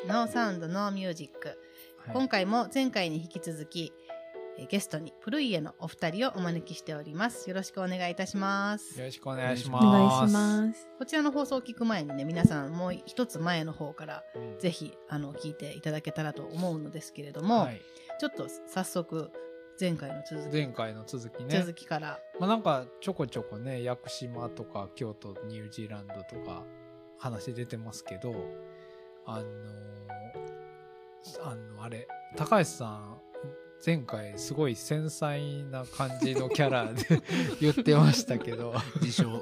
ノーサウンドノーミュージック、はい、今回も前回に引き続きゲストにプルイエのお二人をお招きしております。よろしくお願いいたします。 よろしくお願いします。 お願いします。 こちらの放送を聞く前にね、皆さんもう一つ前の方からぜひ聞いていただけたらと思うのですけれども、はい、ちょっと早速前回の続きね、続きから、 なんかちょこちょこね、屋久島とか京都、ニュージーランドとか話出てますけど、あれ高橋さん前回すごい繊細な感じのキャラで言ってましたけど自称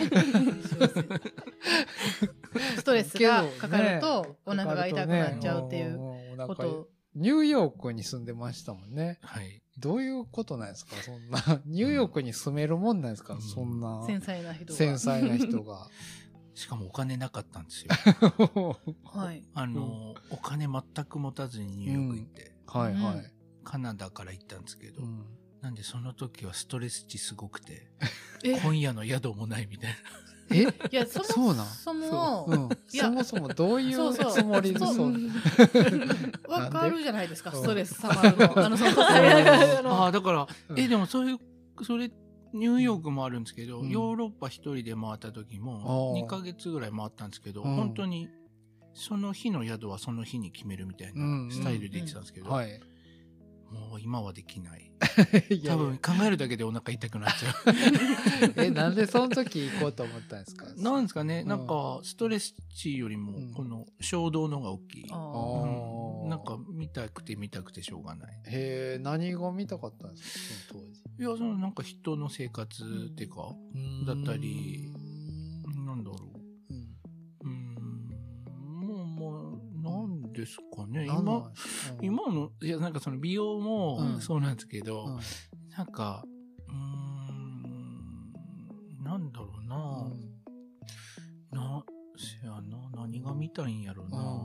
ストレスがかかるとお腹が痛くなっちゃうっていうことを、 ニューヨークに住んでましたもんね。 はい。 どういうことなんですか、そんなニューヨークに住めるもんなんですか、そんな繊細な人がしかもお金なかったんですよはい。 お金全く持たずにニューヨーク行って、 はいはい、 カナダから行ったんですけど、なんでその時はストレス値すごくて今夜の宿もないみたいな。 いや、そもそもどういうつもりでわかるじゃないですか、ストレス溜まるの。 だからでもそれニューヨークもあるんですけど、ヨーロッパ一人で回った時も2ヶ月ぐらい回ったんですけど、本当にその日の宿はその日に決めるみたいなスタイルで行ってたんですけど、もう今はできない。多分考えるだけでお腹痛くなっちゃう。なんでその時行こうと思ったんですか？ なんですかね、なんかストレス値よりもこの衝動の方が大きい。なんか見たくてしょうがない。 何が見たかったんですか、その当時？ いや、なんか人の生活っていうかだったり、なんだろう。なんですかね。今の、いや、なんかその美容もそうなんですけど、なんか、なんだろうな。何が見たいんやろうな。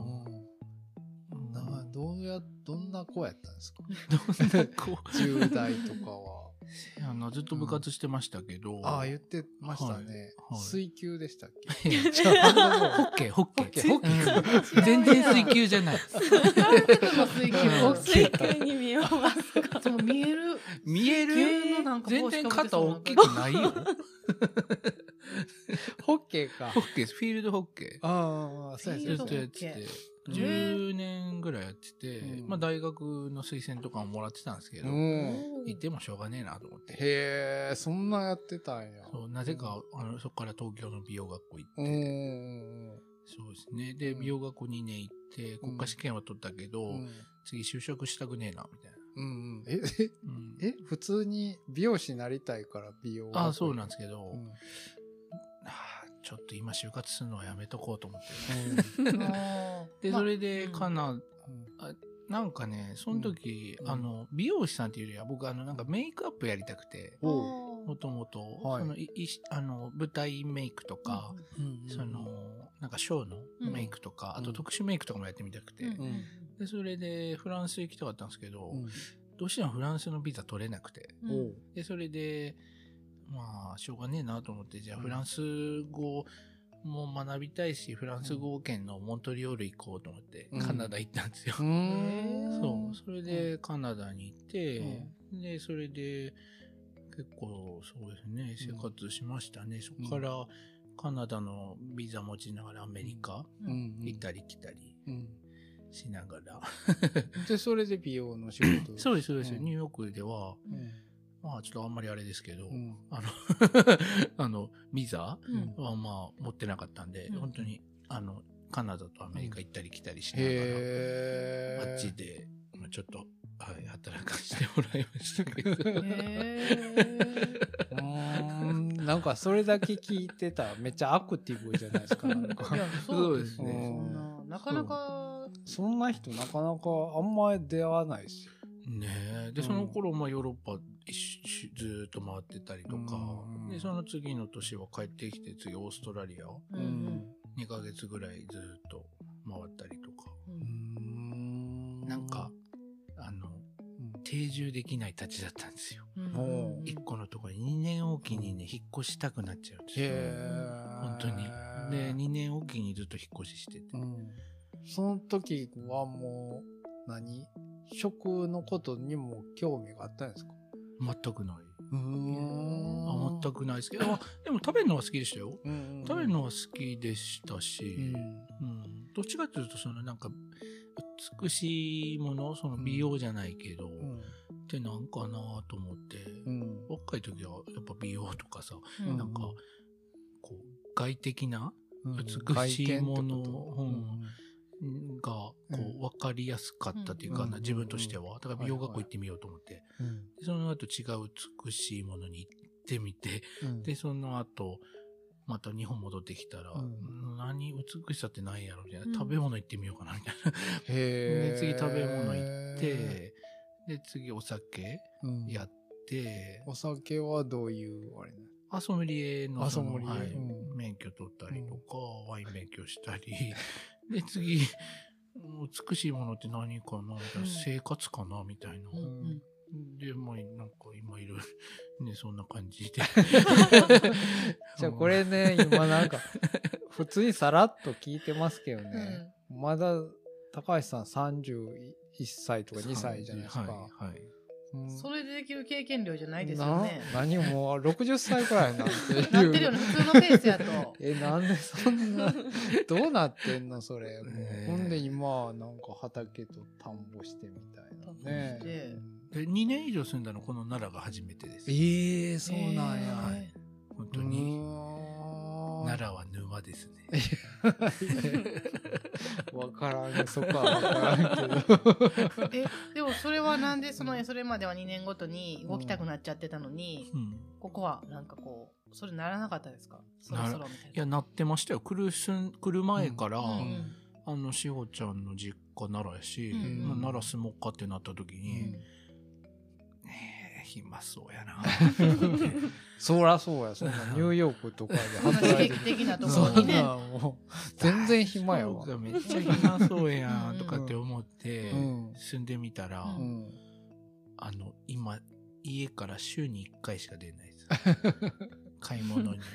どんな子やったんですか？ どんな子 10代とかは。 ずっと部活してましたけど。 言ってましたね。水球でしたっけ？ ホッケー。全然水球じゃない。 水球に見えますか？ 見える全然肩大きくないよ。 ホッケーか。 フィールドホッケー。 そうやってて。10年ぐらいやってて、大学の推薦とかももらってたんですけど、行ってもしょうがねえなと思って。 そんなやってたんや。 そう、なぜか、そこから東京の美容学校行って、そうですね。で、美容学校2年行って、国家試験は取ったけど、次就職したくねえな、みたいな。普通に美容師になりたいから美容学校？ そうなんですけど、ちょっと今就活するのはやめとこうと思ってで、それでなんかね、その時、美容師さんっていうよりは僕なんかメイクアップやりたくて、もともと舞台メイクとか、なんかショーのメイクとか、あと特殊メイクとかもやってみたくて、でそれでフランス行きたかったんですけど、どうしてもフランスのビザ取れなくて、でそれでしょうがねえなと思って、じゃあフランス語も学びたいし、フランス語圏のモントリオール行こうと思って、カナダ行ったんですよ。そう、それでカナダに行って、で、それで結構そうですね、生活しましたね。そこからカナダのビザ持ちながらアメリカ行ったり来たりしながら。 で、それで美容の仕事そうです、そうです。ニューヨークでは、ちょっとあんまりあれですけど、ビザは持ってなかったんで、本当に、カナダとアメリカ行ったり来たりしながら、あっちで、ちょっと、働かせてもらいましたけど。 なんかそれだけ聞いてたらめっちゃアクティブじゃないですか。 そうですね。 なかなか、 そんな人なかなかあんまり出会わないし。 ねえ。で、その頃、ヨーロッパずーっと回ってたりとか、で、その次の年は帰ってきて、次オーストラリア、2ヶ月ぐらいずーっと回ったりとか。なんか、定住できないたちだったんですよ。一個のところに2年おきにね、引っ越したくなっちゃうんですよ。本当に。で、2年おきにずっと引っ越ししてて。 その時はもう食のことにも興味があったんですか？ 全くない。全くないですけど、でも食べるのは好きでしたよ。食べるのは好きでしたし、どっちかというとなんか美しいもの、美容じゃないけど、ってなんかなと思って、若い時はやっぱ美容とかさ、なんかこう外的な美しいものがこう分かりやすかったというかな、自分としては。だから美容学校行ってみようと思って、その後違う美しいものに行ってみて、でその後また日本戻ってきたら、美しさって何やろみたいな、食べ物行ってみようかなみたいな。で次食べ物行って、で次お酒やって、 お酒はどういうあれな？ ソムリエの免許取ったりとか、ワイン勉強したり、で次美しいものって何かなみたいな、生活かなみたいな。で、なんか今いるね、そんな感じで。 じゃあこれね、今なんか、普通にさらっと聞いてますけどね、まだ高橋さん31歳とか2歳じゃないですか。 それでできる経験量じゃないですよね。 何も60歳くらいなんていう。 なってるよね、普通のペースやと。 なんでそんな、どうなってんのそれ。ほんで今はなんか畑と田んぼしてみたいなね。 で2年以上住んだのこの奈良が初めてです。 そうなんや。 本当に。奈良は沼ですね。 わからんね、そこはわからんけど。 でもそれはなんでそれまでは2年ごとに動きたくなっちゃってたのに、ここはなんかこう、それならなかったですか？そろそろみたいな。 いや、なってましたよ。来る前から、しほちゃんの実家奈良やし、奈良住もうかってなった時に、暇そうやな。 そらそうや、そんなニューヨークとかで刺激的なところにね。 全然暇やわ。 めっちゃ暇そうやんとかって思って住んでみたら、今家から週に1回しか出ないです。買い物に。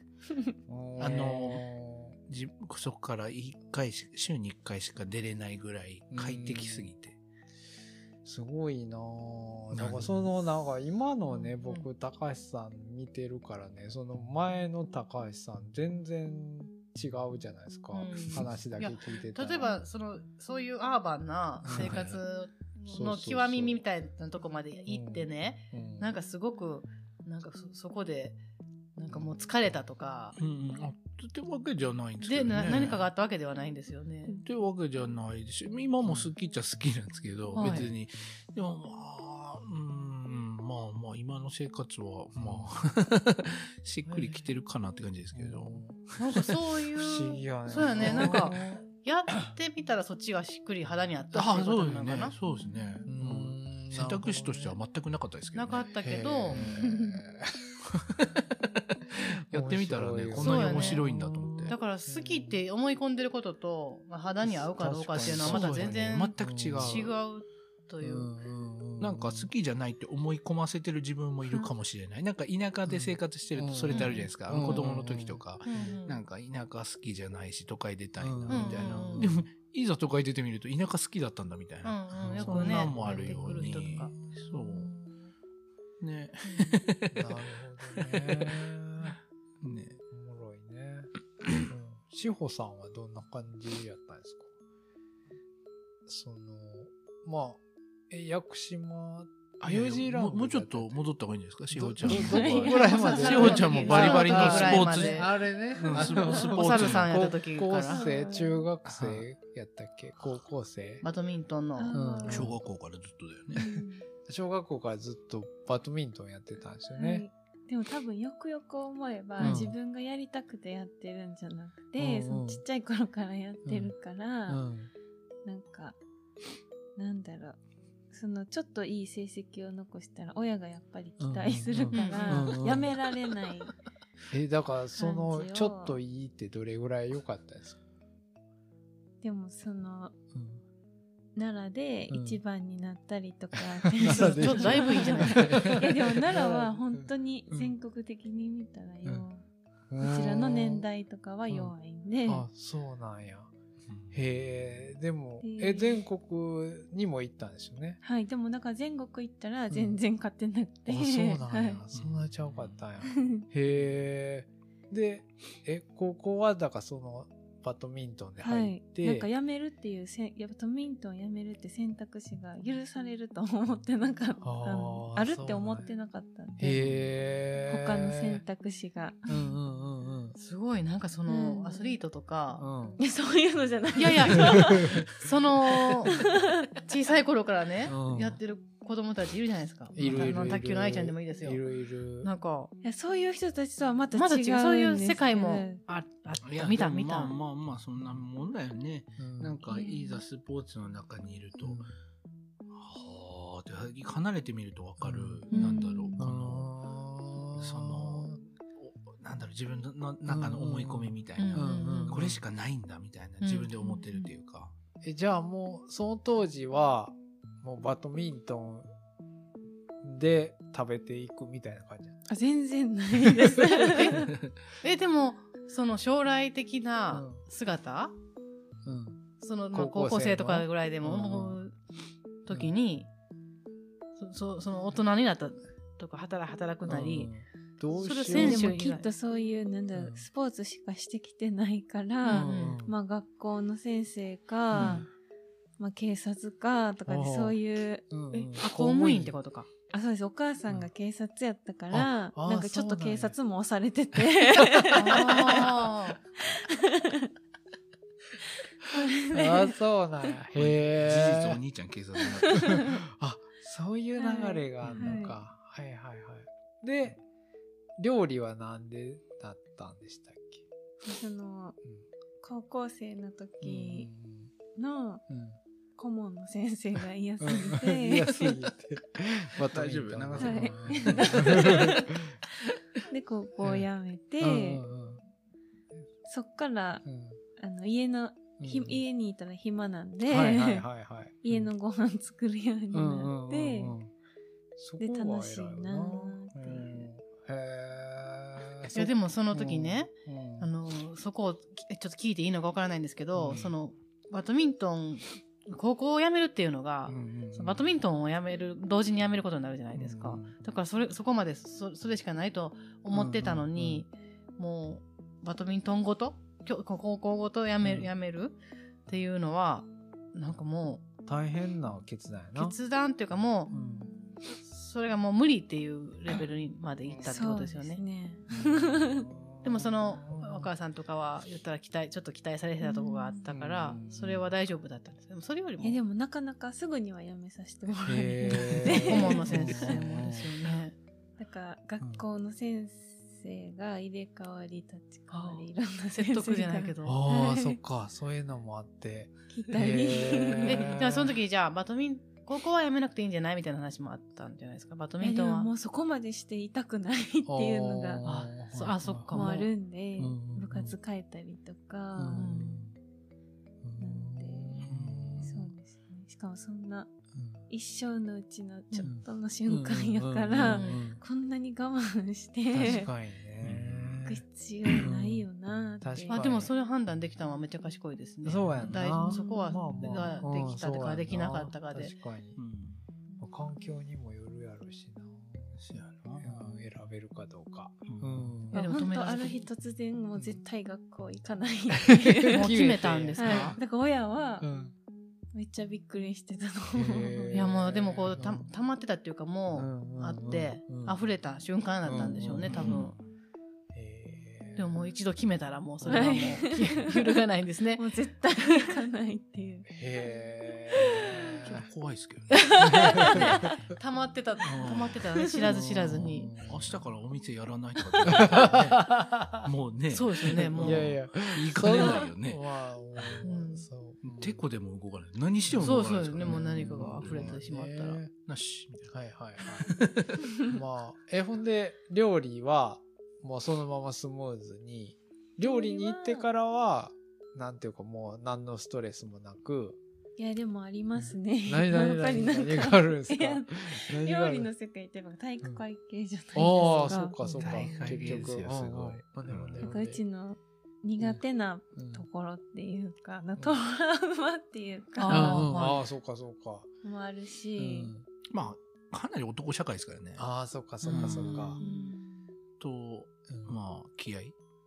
そこから週に1回しか出れないぐらい快適すぎて。 すごいなぁ。だからなんか今のね、僕、高橋さん見てるからね、その前の高橋さん全然違うじゃないですか。話だけ聞いてたら。 例えば、そういうアーバンな生活の極みみたいなとこまで行ってね、なんかすごく、なんかそこで、なんかもう疲れたとか。 ってわけじゃないんですけどね。 で、何かがあったわけではないんですよね。 ってわけじゃないし、今も好きっちゃ好きなんですけど、別に。でもまあ、今の生活は、しっくりきてるかなって感じですけど。 なんかそういう、 不思議やね。 そうやね、なんか、やってみたらそっちがしっくり肌にあったっていうことなのかな。 そうですね。選択肢としては全くなかったですけど。 なかったけど、 やってみたらね、こんなに面白いんだと思って。 だから好きって思い込んでることと、肌に合うかどうかっていうのはまた全然全く違うという。 なんか好きじゃないって思い込ませてる自分もいるかもしれない。なんか田舎で生活してるとそれってあるじゃないですか。子供の時とか、なんか田舎好きじゃないし都会出たいなみたいな。でもいざ都会出てみると田舎好きだったんだみたいな。そんなんもあるように。そう。ね。 なるほどね。おもろいね。志保さんはどんな感じやったんですか？屋久島、ニュージーランド。 もうちょっと戻った方がいいんですか？志保ちゃん。 どこぐらいまで？ 志保ちゃんもバリバリのスポーツ。 あれね。 スポーツさんやった時から。 高校生、中学生やったっけ？高校生？ バドミントンの。 小学校からずっとだよね。 小学校からずっとバドミントンやってたんですよね。 でも多分よくよく思えば、自分がやりたくてやってるんじゃなくて、そのちっちゃい頃からやってるから、なんかなんだろう、ちょっといい成績を残したら親がやっぱり期待するから、やめられない。 だからちょっといいってどれぐらい良かったですか？ でも奈良で一番になったりとか、 ちょっとだいぶいいじゃないですか。 でも奈良は本当に全国的に見たらこちらの年代とかは弱いんで。 そうなんや。 へえ、でも、全国にも行ったんですよね。 はい、でもだから全国行ったら全然勝てなくて。 あ、そうなんや。そんなちゃうかったんや。へえ。で、高校はだからその、バドミントンで入って、 なんか辞めるっていうバドミントン辞めるって選択肢が許されると思ってなかったあるって思ってなかったんで、他の選択肢がすごいなんかそのアスリートとか、 そういうのじゃない。 いやいやその小さい頃からね、やってる子供たちいるじゃないですか。卓球の愛ちゃんでもいいですよ。 いる。 なんかそういう人たちとはまた違うんです。 そういう世界も見た。 まあそんなもんだよね。なんかいざスポーツの中にいると、はあって離れてみるとわかる。なんだろう、そのなんだろう、自分の中の思い込みみたいな、これしかないんだみたいな自分で思ってるっていうか。 じゃあもうその当時はもうバドミントンで食べていくみたいな感じ？ 全然ないです。 でもその将来的な姿、その高校生とかぐらいでも思う時に、その大人になったとか働くなり、 どうしよう。 それでもきっとそういうなんだろう、スポーツしかしてきてないから、まあ学校の先生か、まあ警察かとかでそういう、 公務員ってことか。 そうです。お母さんが警察やったから、なんかちょっと警察も押されてて。 そうなんや。へえ。事実お兄ちゃん警察になった。 そういう流れがあるのか。はいはいはい。で、料理はなんでだったんでしたっけ？ その、高校生の時の顧問の先生が嫌すぎて。 嫌すぎて。 大丈夫？長さん。 で、高校を辞めて、そっから、家にいたら暇なんで、家のご飯作るようになって、で、楽しいなっていう。 いやでもその時ね、そこをちょっと聞いていいのかわからないんですけど、そのバドミントン高校を辞めるっていうのが、バドミントンを同時に辞めることになるじゃないですか。だからそこまでそれしかないと思ってたのに、もうバドミントンごと高校ごと辞めるっていうのはなんかもう大変な決断やな。 決断っていうかもう、それがもう無理っていうレベルにまでいったってことですよね。でもそのお母さんとかは言ったらちょっと期待されてたところがあったから、それは大丈夫だったんです。でもそれよりもでもなかなかすぐには辞めさせてもらえない顧問の先生もですよね。 だから学校の先生が入れ替わり立ち替わりいろんな先生が説得じゃないけど、 そっか、そういうのもあって来たり。 でもその時にじゃあ高校はやめなくていいんじゃないみたいな話もあったんじゃないですか。バドミントンはもうそこまでしていたくないっていうのがそっかもあるんで、部活変えたりとか、なんでそうですね。しかもそんな一生のうちのちょっとの瞬間やから、こんなに我慢して確かにね行く必要ないよなって。 でもそれ判断できたのはめっちゃ賢いですね。 そうやな。 そこはができたかできなかったかで。 確かに。環境にもよるやろしな。選べるかどうか。 本当ある日突然もう絶対学校行かない。 もう決めたんですか？ だから親はめっちゃびっくりしてたの。 いやもうでもこう溜まってたっていうかもうあって溢れた瞬間だったんでしょうね多分。でももう一度決めたらもうそれはもう揺るがないんですね。 もう絶対行かないっていう。 怖いですけどね。 溜まってたね、知らずに。 明日からお店やらないとかってもうね。 そうですよね、もう。 いや言いかねないよね。てこでも動かない。何しても動かないですよね。もう何かが溢れてしまったら。 なし。みたいな。 はい。まあ、ほんで、料理は、もうそのままスムーズに、料理に行ってからは、なんていうかもう何のストレスもなく。 いや、でもありますね。 何があるんですか？ 料理の世界って体育会系じゃないですか。 そうか。 結局。すごい。 うちの苦手なところっていうか、トラウマっていうか、 ああ、そうかそうか。 もあるし、 まあ、かなり男社会ですからね。 ああ、そうかそうかそうか。 と、まあ、気合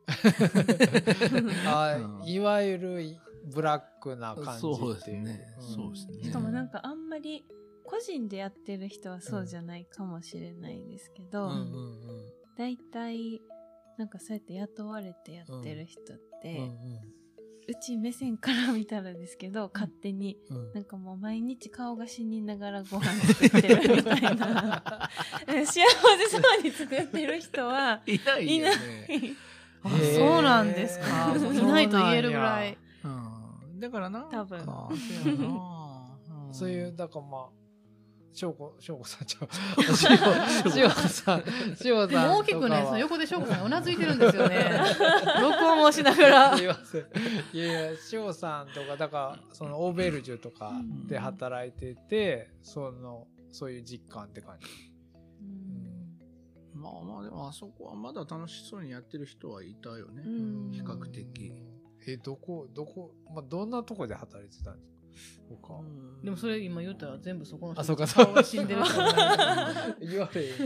いわゆるブラックな感じっていう。 そうですね。そうですね。 しかもなんかあんまり個人でやってる人はそうじゃないかもしれないですけど、だいたいなんかそうやって雇われてやってる人って、うち目線から見たらですけど、勝手に、なんかもう毎日顔が死にながらご飯作ってるみたいな幸せそうに作ってる人はいないよね。 そうなんですか。いないと言えるぐらい。 だからな、 多分そういう、だからまあ、翔子さんちゃう。翔さん。 大きくね、その横で翔子さんうなずいてるんですよね。録音をしながら。 すいません。いやいや、翔さんとか、だから、そのオーベルジュとかで働いてて、そういう実感って感じ。 まあまあ、でもあそこはまだ楽しそうにやってる人はいたよね。比較的。まあ、どんなとこで働いてたんですか？ でもそれ今言ったら全部そこの人そうか顔が死んでる言われへん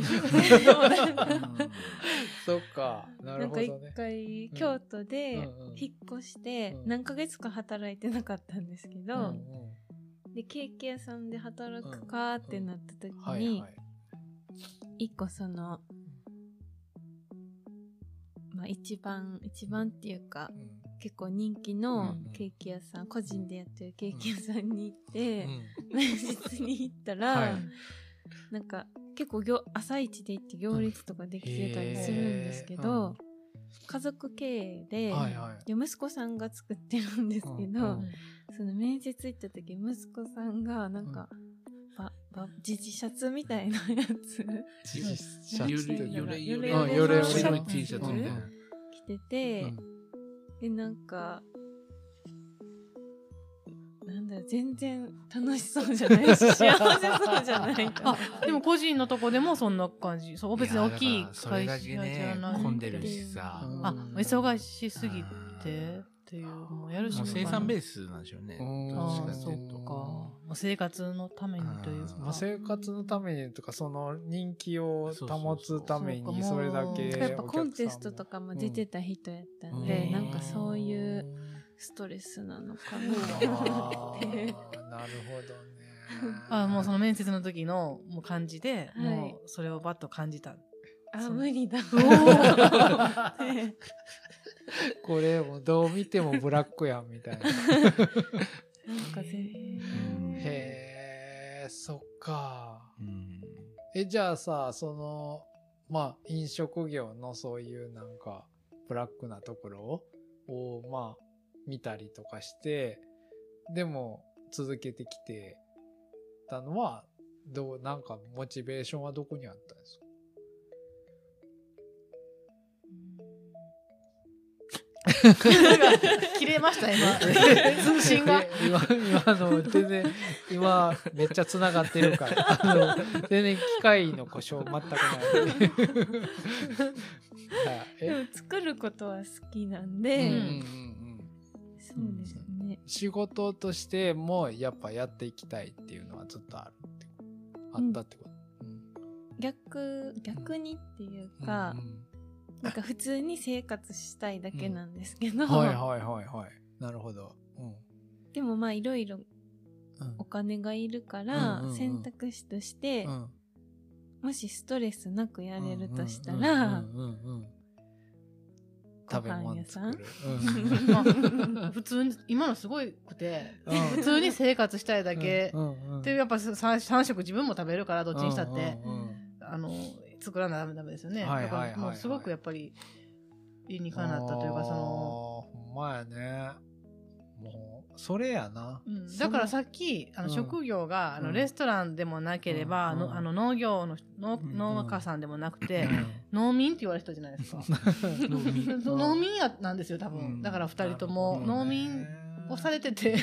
そっか、なるほどね。 なんか一回京都で引っ越して何ヶ月か働いてなかったんですけど、でケーキ屋さんで働くかってなった時に一個そのまあ一番っていうか結構人気のケーキ屋さん、個人でやってるケーキ屋さんに行って、面接に行ったら、なんか結構朝一で行って行列とかできてたりするんですけど、家族経営で、息子さんが作ってるんですけど、その面接行った時息子さんがなんか、ジジシャツみたいなやつジジシャツよれ白い T シャツ着てて、でなんかなんだろう、全然楽しそうじゃないし幸せそうじゃないでも個人のとこでもそんな感じ。そう、別に大きい会社じゃない。混んでるしさ、 忙しすぎてっていう、もうやるしかない。 生産ベースなんでしょうね。 そうか。生活のためにというか。 生活のためにとか、その人気を保つためにそれだけ。 やっぱコンテストとかも出てた人やったんで、なんかそういうストレスなのかなって思って。 なるほどね。 もうその面接の時のもう感じで、もうそれをバッと感じた。 無理だ。 これもどう見てもブラックやんみたいな。 なんかへえ、そっか。じゃあさ、まあ飲食業のそういうなんかブラックなところをまあ見たりとかして、でも続けてきてたのはなんかモチベーションはどこにあったんですか？ 切れました今通信が今めっちゃつながってるから全然機械の故障全くないでも作ることは好きなんで、そうですね。 仕事としてもやっぱやっていきたいっていうのはずっとあったってこと？ 逆にっていうか、なんか普通に生活したいだけなんですけど、 なるほど。 でもまあいろいろお金がいるから選択肢として、もしストレスなくやれるとしたら、ご飯屋さん、 普通に今のすごいくて、普通に生活したいだけで、やっぱ3食自分も食べるから、どっちにしたって作らなダメですよね。だからもうすごくやっぱり理にかなったというか、 ほんまやね。もうそれやな。 だからさっき職業がレストランでもなければ、農業の農家さんでもなくて、農民って言われる人じゃないですか。農民なんですよ多分。だから2人とも農民をされてて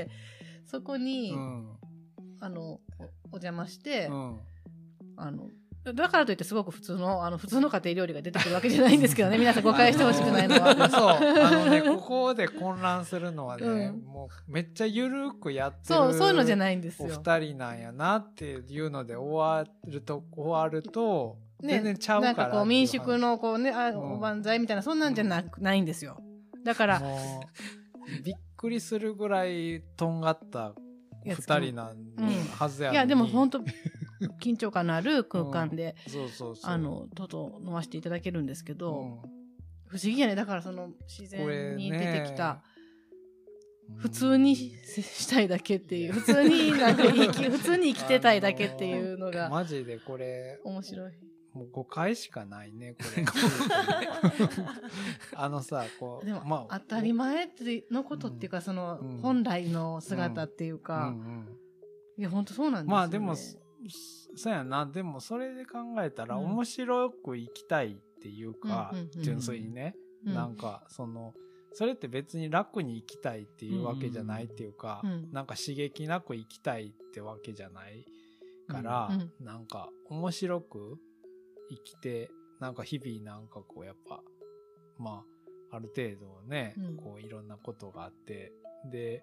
そこにお邪魔してだからといってすごく普通の家庭料理が出てくるわけじゃないんですけどね、皆さん誤解してほしくないのは。 そう、ここで混乱するのはね、もうめっちゃゆるくやってる。 そういうのじゃないんですよ。 お二人なんやなっていうので終わると、全然ちゃうから、 なんかこう民宿のこうね、おばんざいみたいな、そんなんじゃないんですよ。だから。 もう、びっくりするぐらいとんがった二人なんはずやのに。 いや、でも本当緊張感のある空間で、整わせていただけるんですけど、不思議やね。だからその自然に出てきた、普通にしたいだけっていう、普通に生きてたいだけっていうのが、 マジでこれ、 面白い。 もう誤解しかないね、これ。さ、こう。 でも、当たり前のことっていうか、その、本来の姿っていうか、いや、本当そうなんですよね。 まあでも、そうやな。でも、それで考えたら、面白く生きたいっていうか、純粋にね。なんか、それって別に楽に生きたいっていうわけじゃないっていうか、なんか刺激なく生きたいってわけじゃないから、なんか、面白く生きて、なんか日々なんかこうやっぱ、まあ、ある程度ね、こういろんなことがあって、で、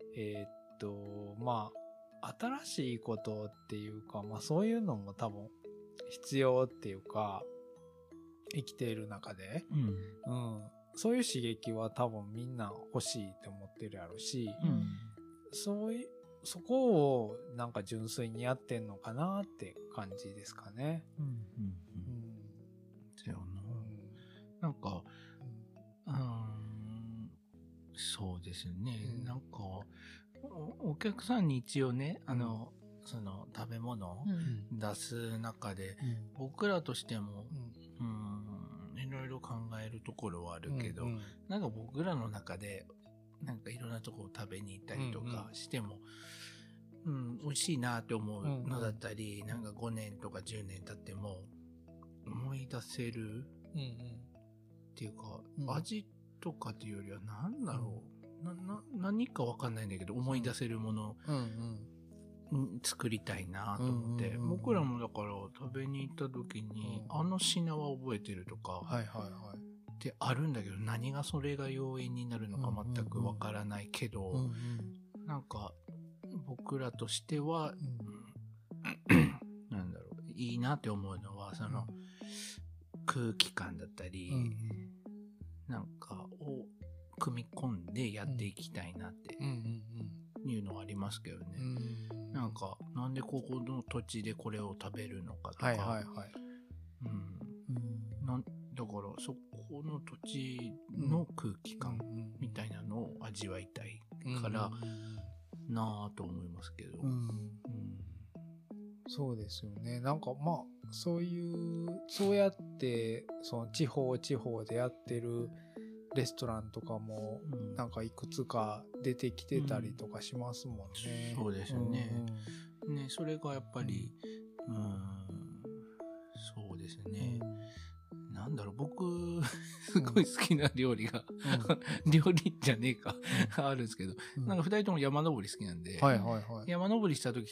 まあ、新しいことっていうか、まあそういうのも多分必要っていうか、生きている中で、そういう刺激は多分みんな欲しいって思ってるやろし、そこをなんか純粋にやってんのかなって感じですかね。 なんか、そうですね。なんか、お客さんに一応ね、その食べ物を出す中で、僕らとしても、いろいろ考えるところはあるけど、なんか僕らの中で、なんかいろんなところ食べに行ったりとかしても、美味しいなって思うのだったり、なんか5年とか10年経っても思い出せるっていうか、味とかっていうよりは何だろう、何かわかんないんだけど思い出せるもの作りたいなと思って、僕らもだから食べに行った時に、あの品は覚えてるとかってあるんだけど、何がそれが要因になるのか全くわからないけど、なんか僕らとしては、なんだろう、いいなって思うのはその空気感だったり、なんかを組み込んでやっていきたいなっていうのはありますけどね。なんかなんでここの土地でこれを食べるのかとか、だからそこの土地の空気感みたいなのを味わいたいからなぁと思いますけど。 そうですよね。なんかまあそうやってその地方でやってるレストランとかもなんかいくつか出てきてたりとかしますもんね。 そうですよね。ね、それがやっぱり、そうですね。なんだろう、僕、すごい好きな料理が、料理じゃねえか、あるんですけど、なんか二人とも山登り好きなんで、山登りした時って、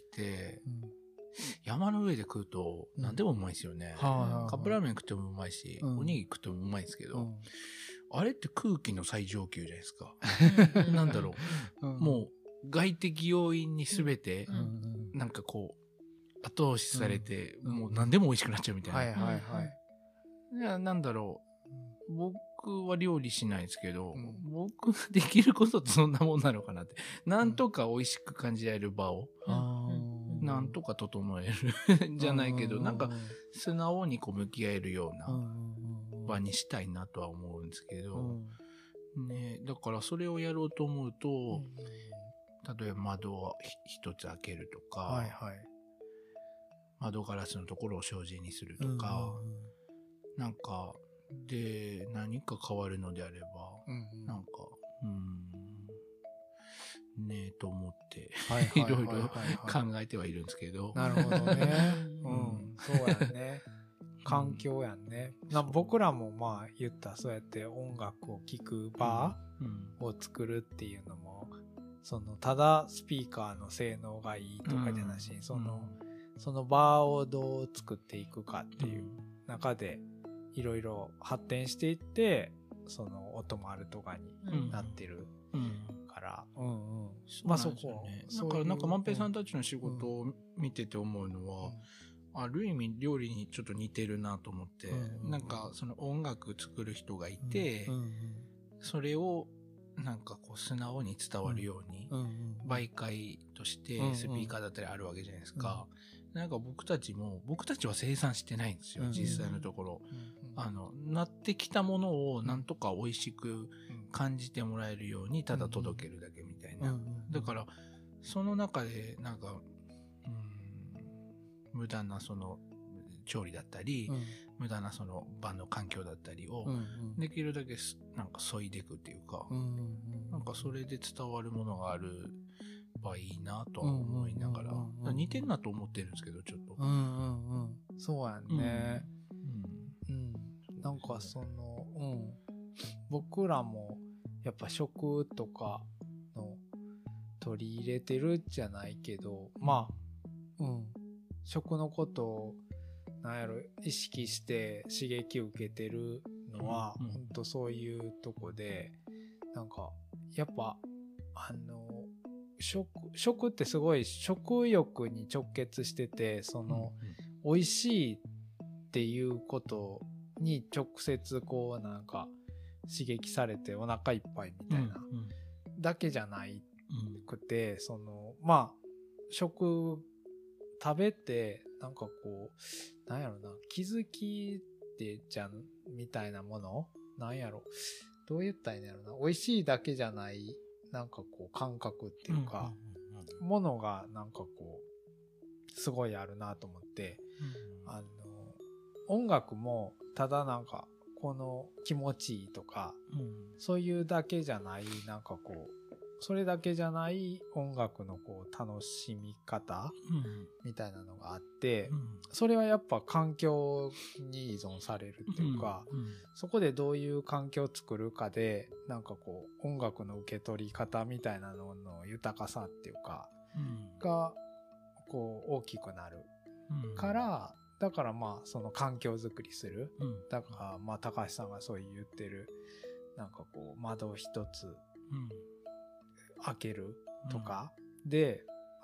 山の上で食うと何でもうまいですよね。カップラーメン食ってもうまいし、おにぎり食ってもうまいですけど、あれって空気の最上級じゃないですか。なんだろう、もう外的要因に全て、なんかこう、後押しされて、もう何でも美味しくなっちゃうみたいな。いや、なんだろう。僕は料理しないですけど、僕ができることってそんなもんなのかなって。なんとか美味しく感じられる場を、なんとか整えるじゃないけど、なんか素直にこう向き合えるような場にしたいなとは思うんですけど、ね、だからそれをやろうと思うと、例えば窓を一つ開けるとか、窓ガラスのところを障子にするとか、なんか、で、何か変わるのであれば、なんか、ねえと思って、いろいろ考えてはいるんですけど。 なるほどね。そうやね。環境やんね。僕らもまあ言ったそうやって音楽を聴く場を作るっていうのも、ただスピーカーの性能がいいとかじゃなし、 その場をどう作っていくかっていう中でいろいろ発展していって、その音もあるとかになってるから、まあそこなんか万平さんたちの仕事を見てて思うのは、ある意味料理にちょっと似てるなと思って、なんかその音楽作る人がいて、それをなんかこう素直に伝わるように媒介としてスピーカーだったりあるわけじゃないですか。なんか僕たちは生産してないんですよ、実際のところ。なってきたものをなんとか美味しく感じてもらえるようにただ届けるだけみたいな。だからその中でなんか無駄なその調理だったり、無駄なその場の環境だったりをできるだけなんか削いでいくっていうか、なんかそれで伝わるものがあるばいいなとは思いながら、似てるなと思ってるんですけど、ちょっと。 そうやんね。なんかその、僕らもやっぱ食とかの取り入れてるじゃないけど、まあ、食のことをなんやろ意識して刺激を受けてるのは、ほんとそういうとこで、なんかやっぱ食ってすごい食欲に直結してて、その、美味しいっていうことに直接こうなんか刺激されてお腹いっぱいみたいなだけじゃないくて、そのまあ食べてなんかこうなんやろな、気づきってじゃんみたいなもの、なんやろ、どう言ったらいいんやろな、美味しいだけじゃないなんかこう感覚っていうか、ものがなんかこうすごいあるなと思って、音楽もただなんかこの気持ちいいとか、そういうだけじゃない、なんかこうそれだけじゃない音楽のこう楽しみ方みたいなのがあって、それはやっぱ環境に依存されるっていうか、そこでどういう環境を作るかでなんかこう音楽の受け取り方みたいなのの豊かさっていうかがこう大きくなるから、だからまあその環境づくりする、だからまあ高橋さんがそう言ってるなんかこう窓一つ開けるとかで、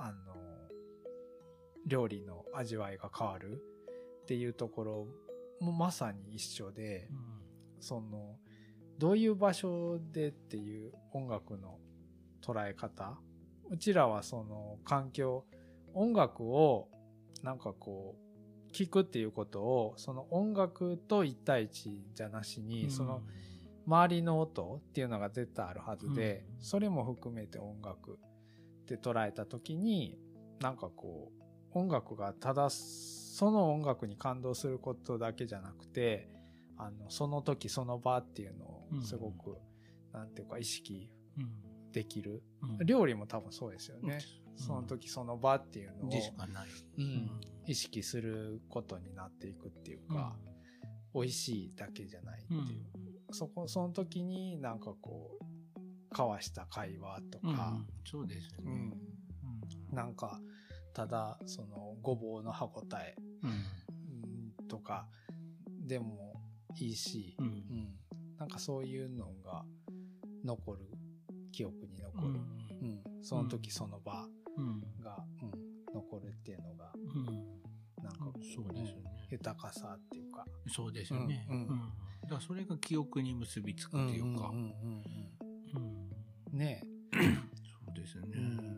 料理の味わいが変わるっていうところもまさに一緒で、そのどういう場所でっていう音楽の捉え方、うちらはその環境、音楽をなんかこう聴くっていうことをその音楽と一対一じゃなしに、その周りの音っていうのが絶対あるはずで、それも含めて音楽って捉えた時に、なんかこう音楽がただその音楽に感動することだけじゃなくて、その時その場っていうのをすごく、なんていうか意識できる、料理も多分そうですよね、その時その場っていうのを意識することになっていくっていうか、美味しいだけじゃないっていう、その時になんかこう交わした会話とか、 そうですね、 なんかただそのごぼうの歯ごたえ、とかでもいいし、なんかそういうのが残る、記憶に残る、その時その場が、残るっていうのが、なんかそうですよね、 豊かさっていうか、 そうですよね、だからそれが記憶に結びつくっていうか、 ねえそうですね、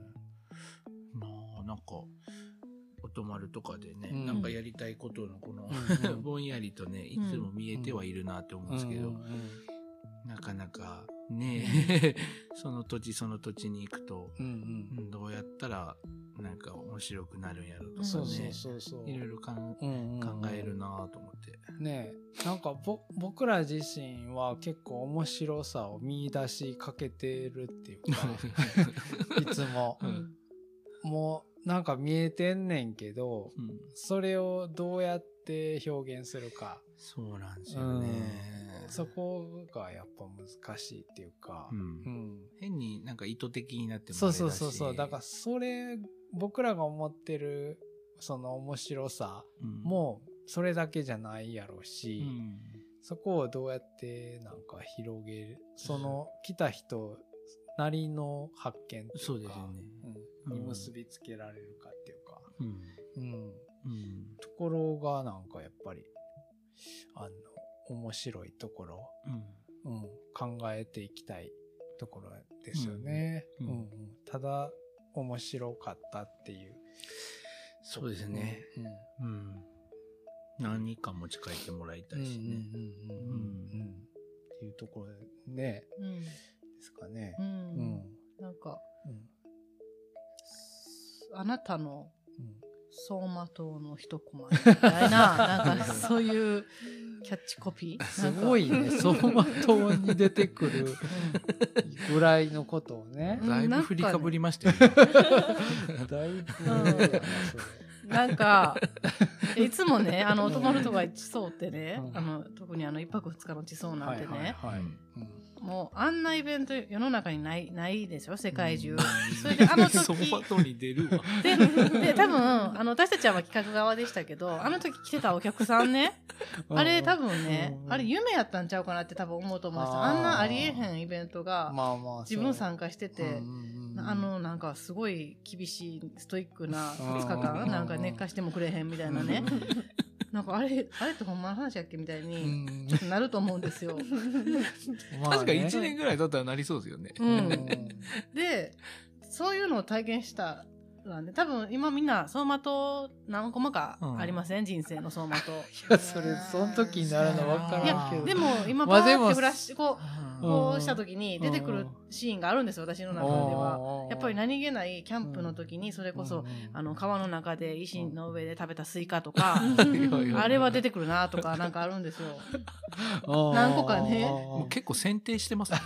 なんか音丸とかでね、なんかやりたいことのこのぼんやりとね、いつも見えてはいるなって思うんですけど、なかなかね、その土地その土地に行くと、どうやったらなんか面白くなるんやろとかね、いろいろ考えるなと思ってねえ、なんか僕ら自身は結構面白さを見出しかけてるっていうかいつも、もうなんか見えてんねんけど、それをどうやって表現するか、 そうなんですよね、 そこがやっぱ難しいっていうか、 変になんか意図的になってもあれだし、 そうだからそれ僕らが思ってるその面白さもそれだけじゃないやろうし、そこをどうやってなんか広げる、その来た人なりの発見とか、 そうですよね、 に結びつけられるかっていうか、ところがなんかやっぱり面白いところ、考えていきたいところですよね。ただ面白かったっていう。 そうですね。何か持ち帰ってもらいたいしね。 っていうところでね、ですかね。 なんか、あなたの走馬灯の一コマみたいな、なんかそういうキャッチコピー。 すごいね、走馬灯に出てくるぐらいのことをね。 だいぶ振りかぶりましたよ。 だいぶ。 なんか、いつもね、お泊まるとか地層ってね、特に一泊二日の地層なんてね、もうあんなイベント世の中にないでしょ、世界中。それで時走馬灯に出るわ。 で多分私たちは企画側でしたけど、あの時来てたお客さんね、あれ多分ね、あれ夢やったんちゃうかなって多分思うと思います。あんなありえへんイベントが自分参加してて、なんかすごい厳しいストイックな2日間なんか寝かしてもくれへんみたいなね。なんかあれってほんまの話やっけみたいにちょっとなると思うんですよ。 確か1年ぐらい経ったらなりそうですよね。 で、そういうのを体験したらね、多分今みんな走馬灯何コマかありません、人生の走馬灯。いや、その時になるの分からんけど。 でも今パーってフラッシュこうした時に出てくるシーンがあるんですよ、私の中では。やっぱり何気ないキャンプの時にそれこそ川の中で石の上で食べたスイカとかあれは出てくるなとかなんかあるんですよ。何個かね。 もう結構選定してますね。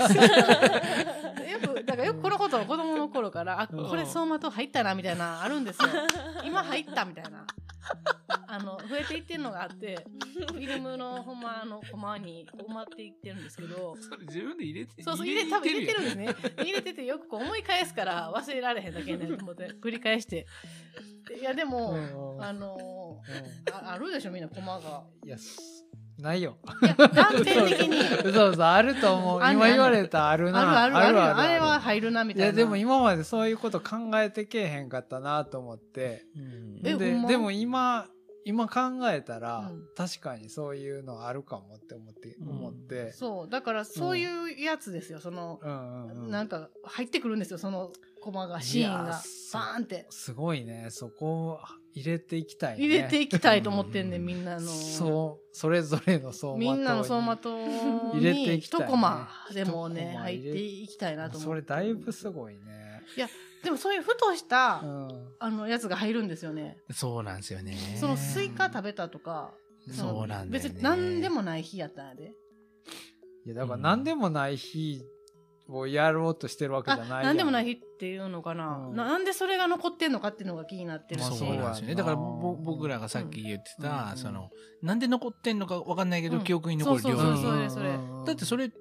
よくこのことを子供の頃からこれ走馬灯入ったなみたいなあるんですよ。今入ったみたいな。増えていってるのがあって、フィルムのほんまコマに埋まっていってるんですけど、 それ自分で入れて、 多分入れてるんですね。入れててよく思い返すから忘れられへんだけねと思って繰り返して。いやでもあるでしょみんなコマが。 いやないよ。 いや断定的にそうあると思う。今言われたあるな。 あるあれは入るなみたいな。 いやでも今までそういうこと考えてけえへんかったなと思って。でも今考えたら、確かにそういうのあるかもって思って、 そうだからそういうやつですよ。なんか入ってくるんですよ、そのコマがシーンがバーンって。 すごいね。そこを入れていきたいね。 入れていきたいと思ってんね、みんなの。 それぞれの走馬灯にみんなの走馬灯に一コマでもね入っていきたいなと思って。 それだいぶすごいね。 いやでもそういうふとした、やつが入るんですよね。 そうなんですよね。 そのスイカ食べたとか、 そうなんだよね。 別に何でもない日やったんやで。 いやだから何でもない日をやろうとしてるわけじゃない。 何でもない日っていうのかな、なんでそれが残ってんのかっていうのが気になってるし。 そうなんですよね。だから僕らがさっき言ってた、なんで残ってんのか分かんないけど、記憶に残る料理。 それ。 だってそれって、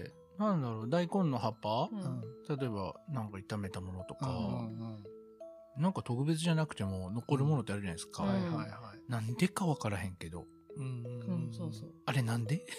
なんだろう、大根の葉っぱ、例えばなんか炒めたものとか、なんか特別じゃなくても残るものってあるじゃないですか。なんでか分からへんけど。あれなんで？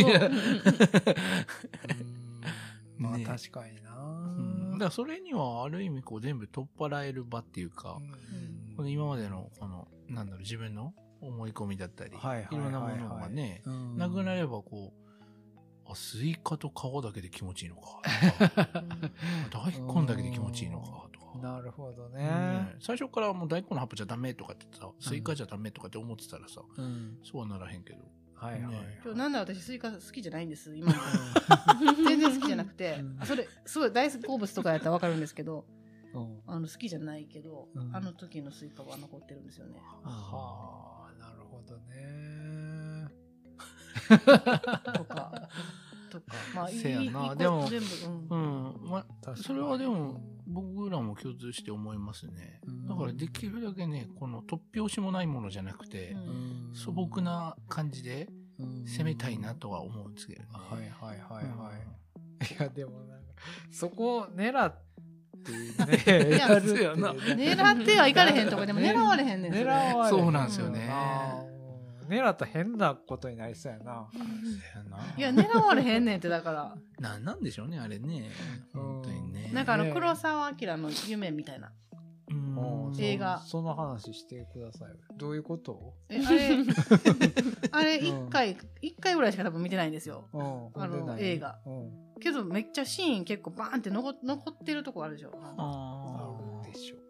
まあ確かにな。 だからそれにはある意味こう全部取っ払える場っていうか、この今までのこのなんだろう、自分の思い込みだったり、いろんなものがね、なくなればこう、スイカと皮だけで気持ちいいのかとか大根だけで気持ちいいのかとか。 なるほどね。 最初からもう大根の葉っぱじゃダメとかってさ、スイカじゃダメとかって思ってたらさ、そうはならへんけど。 なんだ私スイカ好きじゃないんです、今全然好きじゃなくて、それすごい大好物とかやったら分かるんですけど、好きじゃないけど、あの時のスイカは残ってるんですよね。 はあ、なるほどね。 とかまあせやな。でも全部それはでも僕らも共通して思いますね。だからできるだけね、この突拍子もないものじゃなくて、素朴な感じで攻めたいなとは思うんですけどね。 いやでもなんかそこを狙っってねやるっていうね狙ってはいかれへんとこでも狙われへんねん。 狙われへん。 そうなんですよね。 狙ったら変なことになりそうやな。 いや狙われへんねんってだから。 なんでしょうねあれね。本当にね。 なんか黒澤明の夢みたいな。映画。 その話してください。どういうこと？ あれ一回ぐらいしか多分見てないんですよ。映画。けどめっちゃシーン結構バーンって残ってるとこあるでしょ。 あるでしょ。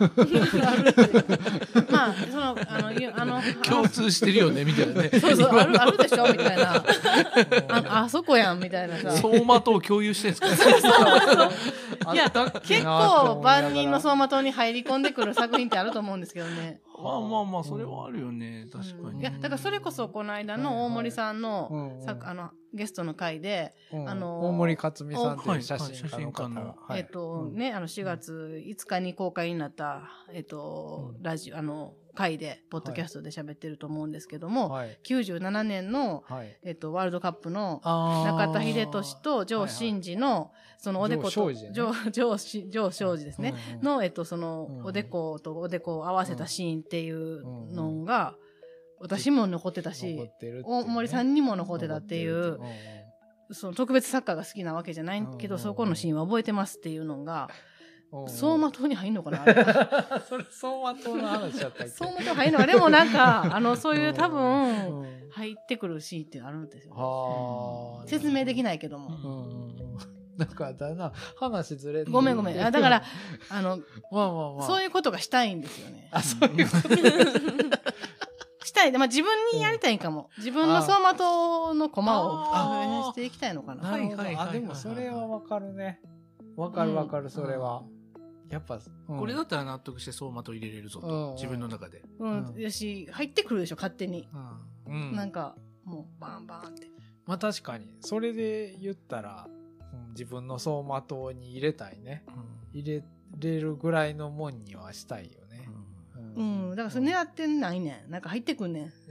まあ共通してるよねみたいなね。 そうあるでしょみたいな。あそこやんみたいなさ。 走馬灯を共有してんですか。 いや結構万人の走馬灯に入り込んでくる作品ってあると思うんですけどね。 まあそれはあるよね確かに。 いやだからそれこそこの間の大森さんのゲストの回で大森克美さんという写真家の 4月5日に公開になったラジオ回でポッドキャストで喋ってると思うんですけども、97年のワールドカップの中田英寿と城真二のそのおでこと城彰二ですねのそのおでことおでこを合わせたシーンっていうのが私も残ってたし大森さんにも残ってたっていうその特別作家が好きなわけじゃないけどそこのシーンは覚えてますっていうのが走馬灯に入んのかなそれ走馬灯の話だったっけ。 走馬灯入んのかでもなんかそういう多分入ってくるシーンってあるんですよ。説明できないけども。 なんかだな話ずれてごめんだからそういうことがしたいんですよね。 そういうことしたい。自分にやりたいかも。自分の走馬灯のコマをしていきたいのかな。 でもそれはわかるね。わかるそれは。やっぱこれだったら納得して走馬灯入れれるぞと自分の中で。 よし入ってくるでしょ勝手に。なんかもうバンバンって。 まあ確かにそれで言ったら自分の走馬灯に入れたいね。入れれるぐらいのもんにはしたいよね。 だからそれ狙ってないねん。なんか入ってくんねん。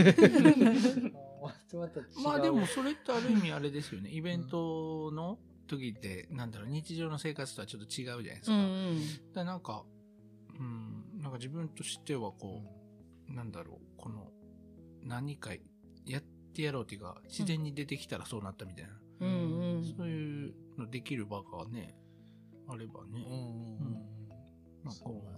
まあでもそれってある意味あれですよね。イベントの時って日常の生活とはちょっと違うじゃないですか。だなんか自分としてはこの何かやってやろうっていうか自然に出てきたらそうなったみたいな。そういうのできる場がねあればね。 そうやな。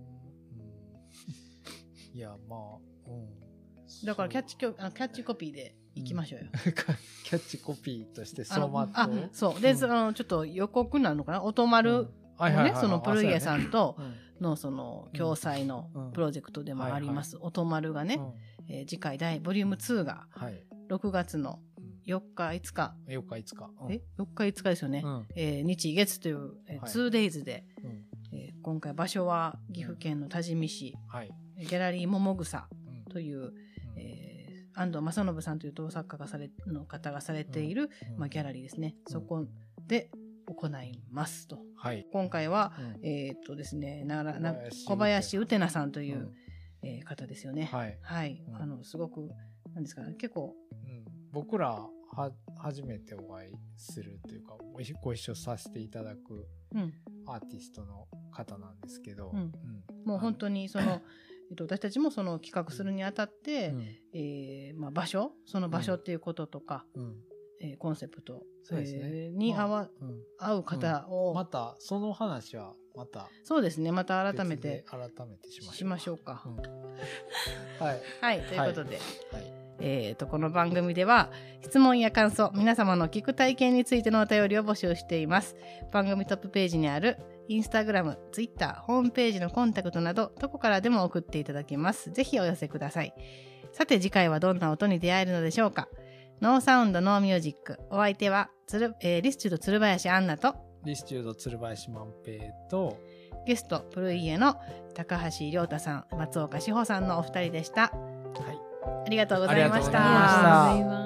いやまあだからキャッチコピーでいきましょうよ。 キャッチコピーとして走馬灯。 そうでちょっと予告なのかな。音丸ねそのプルイエさんとのその共催のプロジェクトでもあります音丸がね次回ボリューム2が6月の4日5日 4日 5日ですよね。日月という 2days で今回場所は岐阜県の多治見市ギャラリー桃草という安藤正信さんという動作家の方がされているギャラリーですね。そこで行いますと。今回はですね小林うてなさんという方ですよね。すごくなんですかね結構僕ら初めてお会いするというかご一緒させていただくアーティストの方なんですけど、 もう本当に私たちもその企画するにあたって、その場所っていうこととか、コンセプト、に合う方を、 またその話はそうですねまた改めてしましょうか。 はいということで。この番組では質問や感想皆様の聞く体験についてのお便りを募集しています。番組トップページにあるインスタグラム、ツイッター、ホームページのコンタクトなどどこからでも送っていただけます。ぜひお寄せください。さて次回はどんな音に出会えるのでしょうか。ノーサウンドノーミュージック、お相手はリスチュード鶴林アンナとリスチュード鶴林万平とゲストプルイエの高橋亮太さん、松岡志保さんのお二人でした。ありがとうございました。